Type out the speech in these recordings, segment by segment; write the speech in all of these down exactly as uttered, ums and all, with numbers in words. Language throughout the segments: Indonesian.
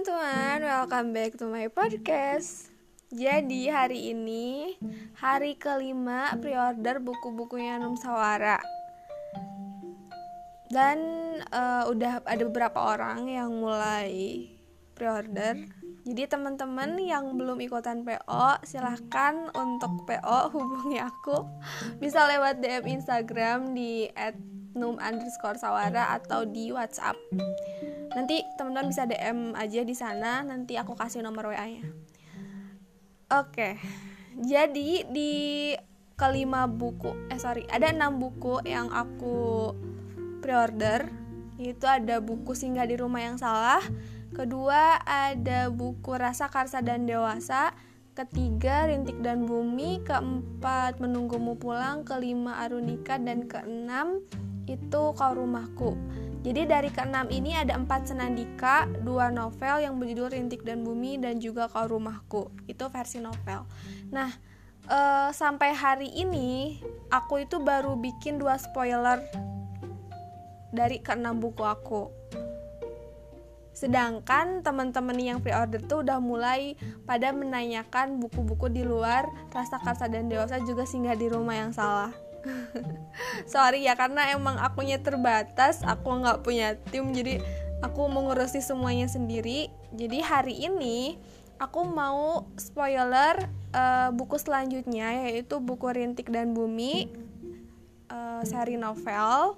teman-teman, welcome back to my podcast. Jadi hari ini hari kelima pre-order buku-bukunya Num Sawara. Dan uh, udah ada beberapa orang yang mulai pre-order. Jadi teman-teman yang belum ikutan P O, silahkan untuk P O hubungi aku. Bisa lewat D M Instagram di et num underscore sawara atau di WhatsApp. Nanti teman-teman bisa D M aja di sana, nanti aku kasih nomor W A-nya. Oke. Jadi di kelima buku, eh sorry, ada enam buku yang aku pre-order. Yaitu ada buku Singgah di Rumah yang Salah, kedua ada buku Rasa, Karsa dan Dewasa, ketiga Rintik dan Bumi, keempat Menunggumu Pulang, kelima Arunika, dan keenam itu Kau Rumahku. Jadi dari keenam ini ada empat senandika, dua novel yang berjudul Rintik dan Bumi dan juga Kau Rumahku. Itu versi novel. Nah, e, sampai hari ini aku itu baru bikin dua spoiler dari keenam buku aku. Sedangkan teman-teman yang pre-order tuh udah mulai pada menanyakan buku-buku di luar Rasa, Karsa dan Dewasa juga Singgah di Rumah yang Salah. Sorry ya, karena emang akunya terbatas, aku nggak punya tim, jadi aku mengurusi semuanya sendiri. Jadi hari ini aku mau spoiler uh, buku selanjutnya, yaitu buku Rintik dan Bumi, uh, seri novel.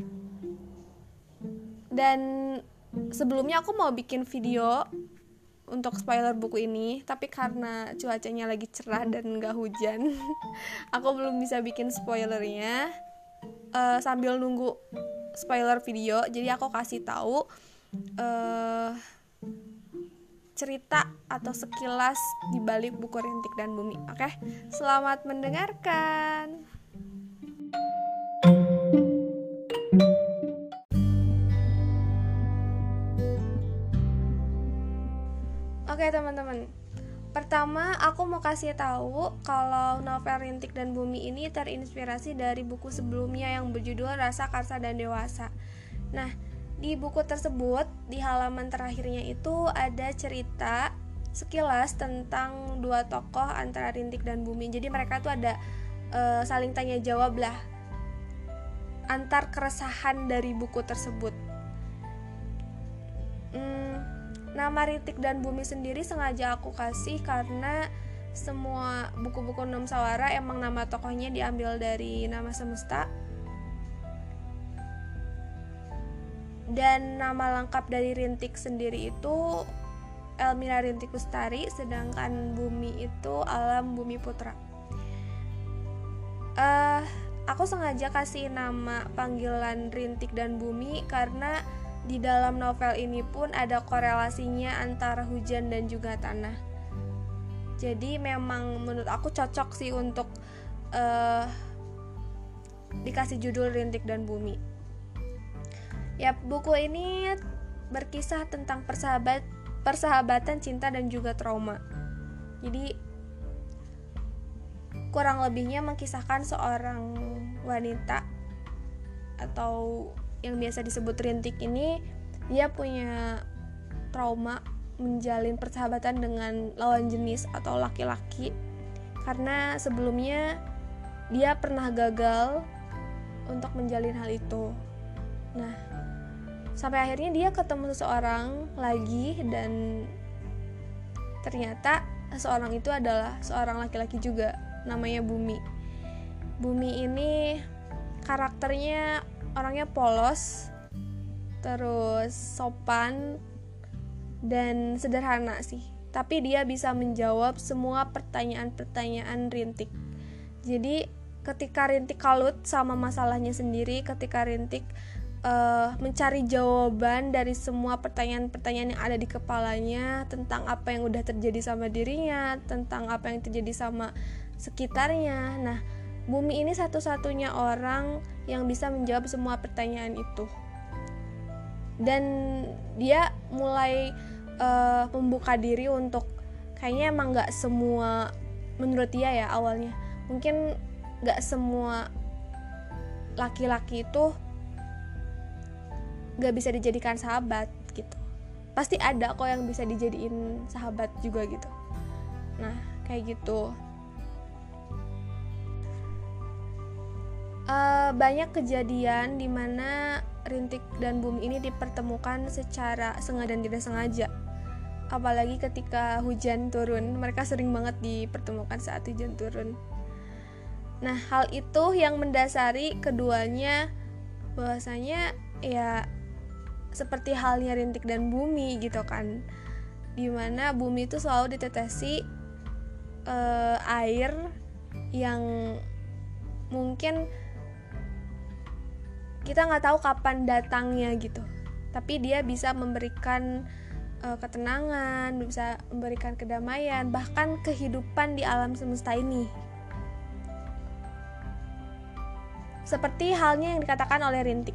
Dan sebelumnya aku mau bikin video untuk spoiler buku ini, tapi karena cuacanya lagi cerah dan gak hujan, aku belum bisa bikin spoilernya. uh, Sambil nunggu spoiler video, jadi aku kasih tahu uh, cerita atau sekilas di balik buku Rintik dan Bumi. Oke, selamat mendengarkan. Oke teman-teman, pertama aku mau kasih tahu kalau novel Rintik dan Bumi ini terinspirasi dari buku sebelumnya yang berjudul Rasa, Karsa dan Dewasa. Nah, di buku tersebut di halaman terakhirnya itu ada cerita sekilas tentang dua tokoh antara Rintik dan Bumi. Jadi mereka tuh ada e, saling tanya jawab lah antar keresahan dari buku tersebut. Hmm, Nama Rintik dan Bumi sendiri sengaja aku kasih karena semua buku-buku Num Sawara emang nama tokohnya diambil dari nama semesta. Dan nama lengkap dari Rintik sendiri itu Elmira Rintik Kustari, sedangkan Bumi itu Alam Bumi Putra. Uh, aku sengaja kasih nama panggilan Rintik dan Bumi karena di dalam novel ini pun ada korelasinya antara hujan dan juga tanah. Jadi memang menurut aku cocok sih untuk uh, dikasih judul Rintik dan Bumi. Ya, buku ini berkisah tentang persahabat, persahabatan, cinta dan juga trauma. Jadi kurang lebihnya mengisahkan seorang wanita atau yang biasa disebut Rintik ini, dia punya trauma menjalin persahabatan dengan lawan jenis atau laki-laki karena sebelumnya dia pernah gagal untuk menjalin hal itu. Nah, sampai akhirnya dia ketemu seseorang lagi dan ternyata seseorang itu adalah seorang laki-laki juga, namanya Bumi. Bumi ini karakternya orangnya polos, terus sopan dan sederhana sih. Tapi dia bisa menjawab semua pertanyaan-pertanyaan Rintik. Jadi ketika Rintik kalut sama masalahnya sendiri, ketika Rintik uh, mencari jawaban dari semua pertanyaan-pertanyaan yang ada di kepalanya tentang apa yang udah terjadi sama dirinya, tentang apa yang terjadi sama sekitarnya. Nah, Bumi ini satu-satunya orang yang bisa menjawab semua pertanyaan itu. Dan dia mulai uh, membuka diri untuk, kayaknya emang gak semua, menurut dia ya awalnya, mungkin gak semua laki-laki itu gak bisa dijadikan sahabat gitu. pasti ada kok yang bisa dijadiin sahabat juga gitu. Nah kayak gitu. Uh, banyak kejadian di mana rintik dan bumi ini dipertemukan secara sengaja dan tidak sengaja. Apalagi ketika hujan turun, mereka sering banget dipertemukan saat hujan turun. Nah, hal itu yang mendasari keduanya bahwasanya ya seperti halnya rintik dan bumi gitu kan. Dimana bumi itu selalu ditetesi uh, air yang mungkin kita nggak tahu kapan datangnya gitu, tapi dia bisa memberikan uh, ketenangan, bisa memberikan kedamaian, bahkan kehidupan di alam semesta ini. Seperti halnya yang dikatakan oleh rintik.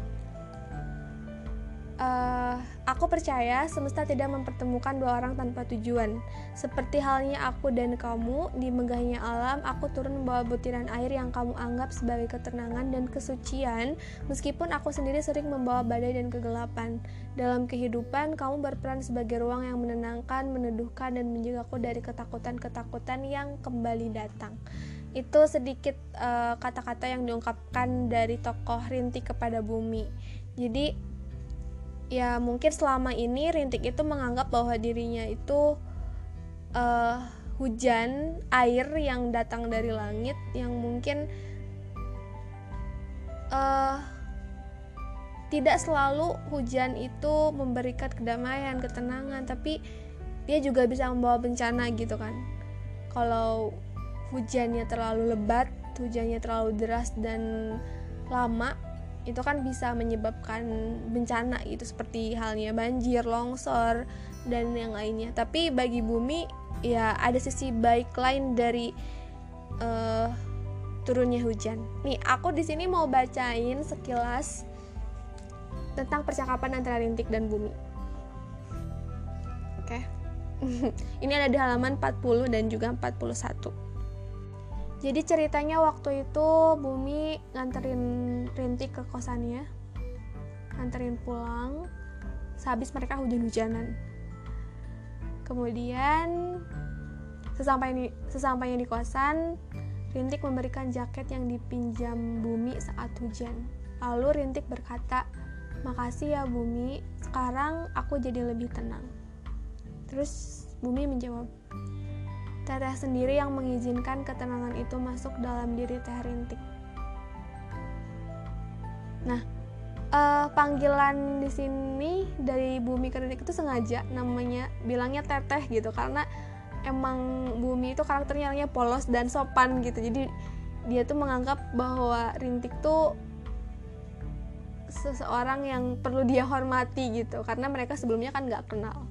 Uh, aku percaya semesta tidak mempertemukan dua orang tanpa tujuan. Seperti halnya aku dan kamu, di megahnya alam, aku turun membawa butiran air yang kamu anggap sebagai ketenangan dan kesucian, meskipun aku sendiri sering membawa badai dan kegelapan. Dalam kehidupan, kamu berperan sebagai ruang yang menenangkan, meneduhkan, dan menjagaku dari ketakutan-ketakutan yang kembali datang. Itu sedikit uh, kata-kata yang diungkapkan dari tokoh rintik kepada bumi. Jadi ya mungkin selama ini rintik itu menganggap bahwa dirinya itu uh, hujan, air yang datang dari langit, yang mungkin uh, tidak selalu hujan itu memberikan kedamaian, ketenangan, tapi dia juga bisa membawa bencana gitu kan. Kalau hujannya terlalu lebat, hujannya terlalu deras dan lama, itu kan bisa menyebabkan bencana gitu, seperti halnya banjir, longsor, dan yang lainnya. Tapi bagi bumi ya ada sisi baik lain dari uh, turunnya hujan. Nih, aku di sini mau bacain sekilas tentang percakapan antara rintik dan bumi. Oke. Okay. Ini ada di halaman empat puluh dan juga empat puluh satu. Jadi ceritanya waktu itu bumi nganterin rintik ke kosannya, nganterin pulang, sehabis mereka hujan-hujanan. Kemudian sesampainya, sesampainya di kosan, rintik memberikan jaket yang dipinjam bumi saat hujan. Lalu rintik berkata, "Makasih ya bumi, sekarang aku jadi lebih tenang." Terus bumi menjawab, "Teteh sendiri yang mengizinkan ketenangan itu masuk dalam diri teh rintik." Nah, uh, panggilan di sini dari bumi ke rintik itu sengaja namanya bilangnya teteh gitu, karena emang bumi itu karakternya polos dan sopan gitu. Jadi dia tuh menganggap bahwa rintik tuh seseorang yang perlu dia hormati gitu, karena mereka sebelumnya kan nggak kenal.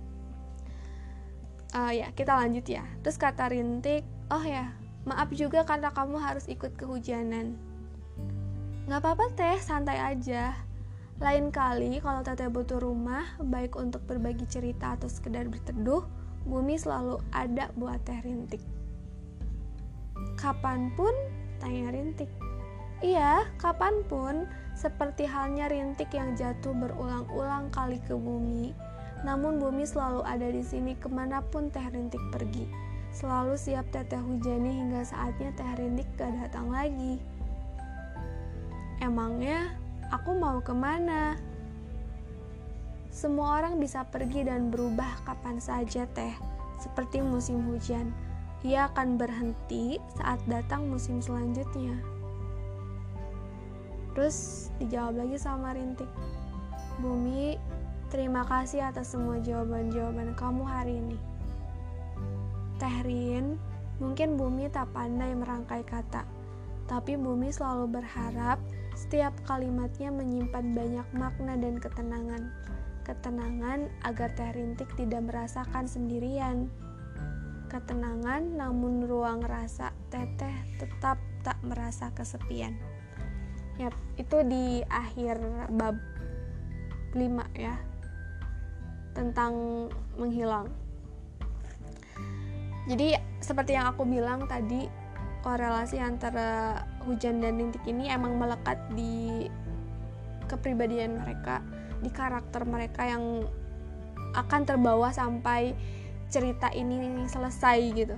Uh, ya kita lanjut ya. Terus kata rintik, "Oh ya, maaf juga karena kamu harus ikut kehujanan." "Gak apa-apa teh, santai aja. Lain kali kalau teteh butuh rumah, baik untuk berbagi cerita atau sekedar berteduh, bumi selalu ada buat teh rintik." "Kapanpun?" tanya rintik. "Iya, kapanpun, seperti halnya rintik yang jatuh berulang-ulang kali ke bumi. Namun bumi selalu ada di sini kemanapun teh rintik pergi. Selalu siap teteh hujani hingga saatnya teh rintik gak datang lagi." "Emangnya aku mau kemana?" "Semua orang bisa pergi dan berubah kapan saja teh. Seperti musim hujan, ia akan berhenti saat datang musim selanjutnya." Terus dijawab lagi sama rintik, "Bumi, terima kasih atas semua jawaban-jawaban kamu hari ini. Teh Rin, mungkin bumi tak pandai merangkai kata, tapi bumi selalu berharap setiap kalimatnya menyimpan banyak makna dan ketenangan. Ketenangan agar teh rintik tidak merasakan sendirian. Ketenangan namun ruang rasa teteh tetap tak merasa kesepian." Yap, itu di akhir bab lima ya, tentang menghilang. Jadi seperti yang aku bilang tadi, korelasi antara hujan dan rintik ini emang melekat di kepribadian mereka, di karakter mereka yang akan terbawa sampai cerita ini selesai gitu.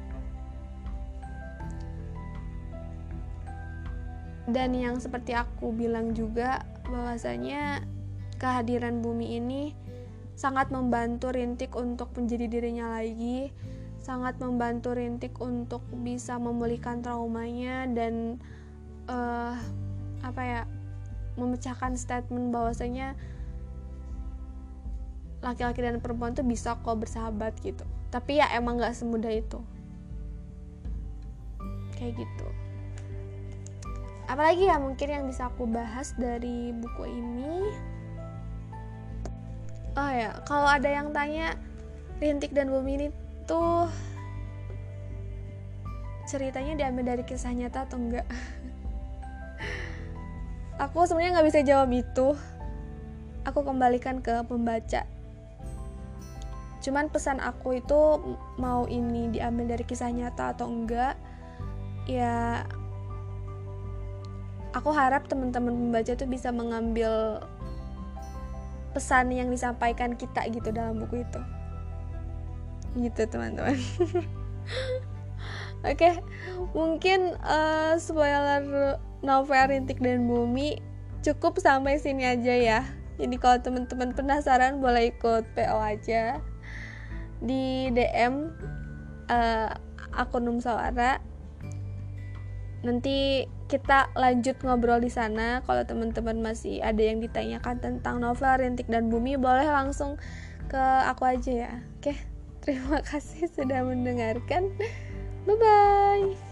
Dan yang seperti aku bilang juga, bahwasanya kehadiran Bumi ini sangat membantu Rintik untuk menjadi dirinya lagi, sangat membantu Rintik untuk bisa memulihkan traumanya dan uh, apa ya, memecahkan statement bahwasanya laki-laki dan perempuan tuh bisa kok bersahabat gitu. Tapi ya emang gak semudah itu. Kayak gitu. Apalagi ya mungkin yang bisa aku bahas dari buku ini. Oh ya, kalau ada yang tanya Rintik dan Bumi ini tuh ceritanya diambil dari kisah nyata atau enggak? Aku sebenarnya nggak bisa jawab itu. Aku kembalikan ke pembaca. Cuman pesan aku itu mau ini diambil dari kisah nyata atau enggak, ya aku harap teman-teman pembaca tuh bisa mengambil pesan yang disampaikan kita gitu dalam buku itu. Gitu teman-teman. Oke, okay, mungkin uh, spoiler novel Rintik dan Bumi cukup sampai sini aja ya. Jadi kalau teman-teman penasaran boleh ikut P O aja di D M uh, akun Numsawara. Nanti kita lanjut ngobrol di sana. Kalau teman-teman masih ada yang ditanyakan tentang novel Rintik dan Bumi, boleh langsung ke aku aja ya. Oke, terima kasih sudah mendengarkan. Bye bye.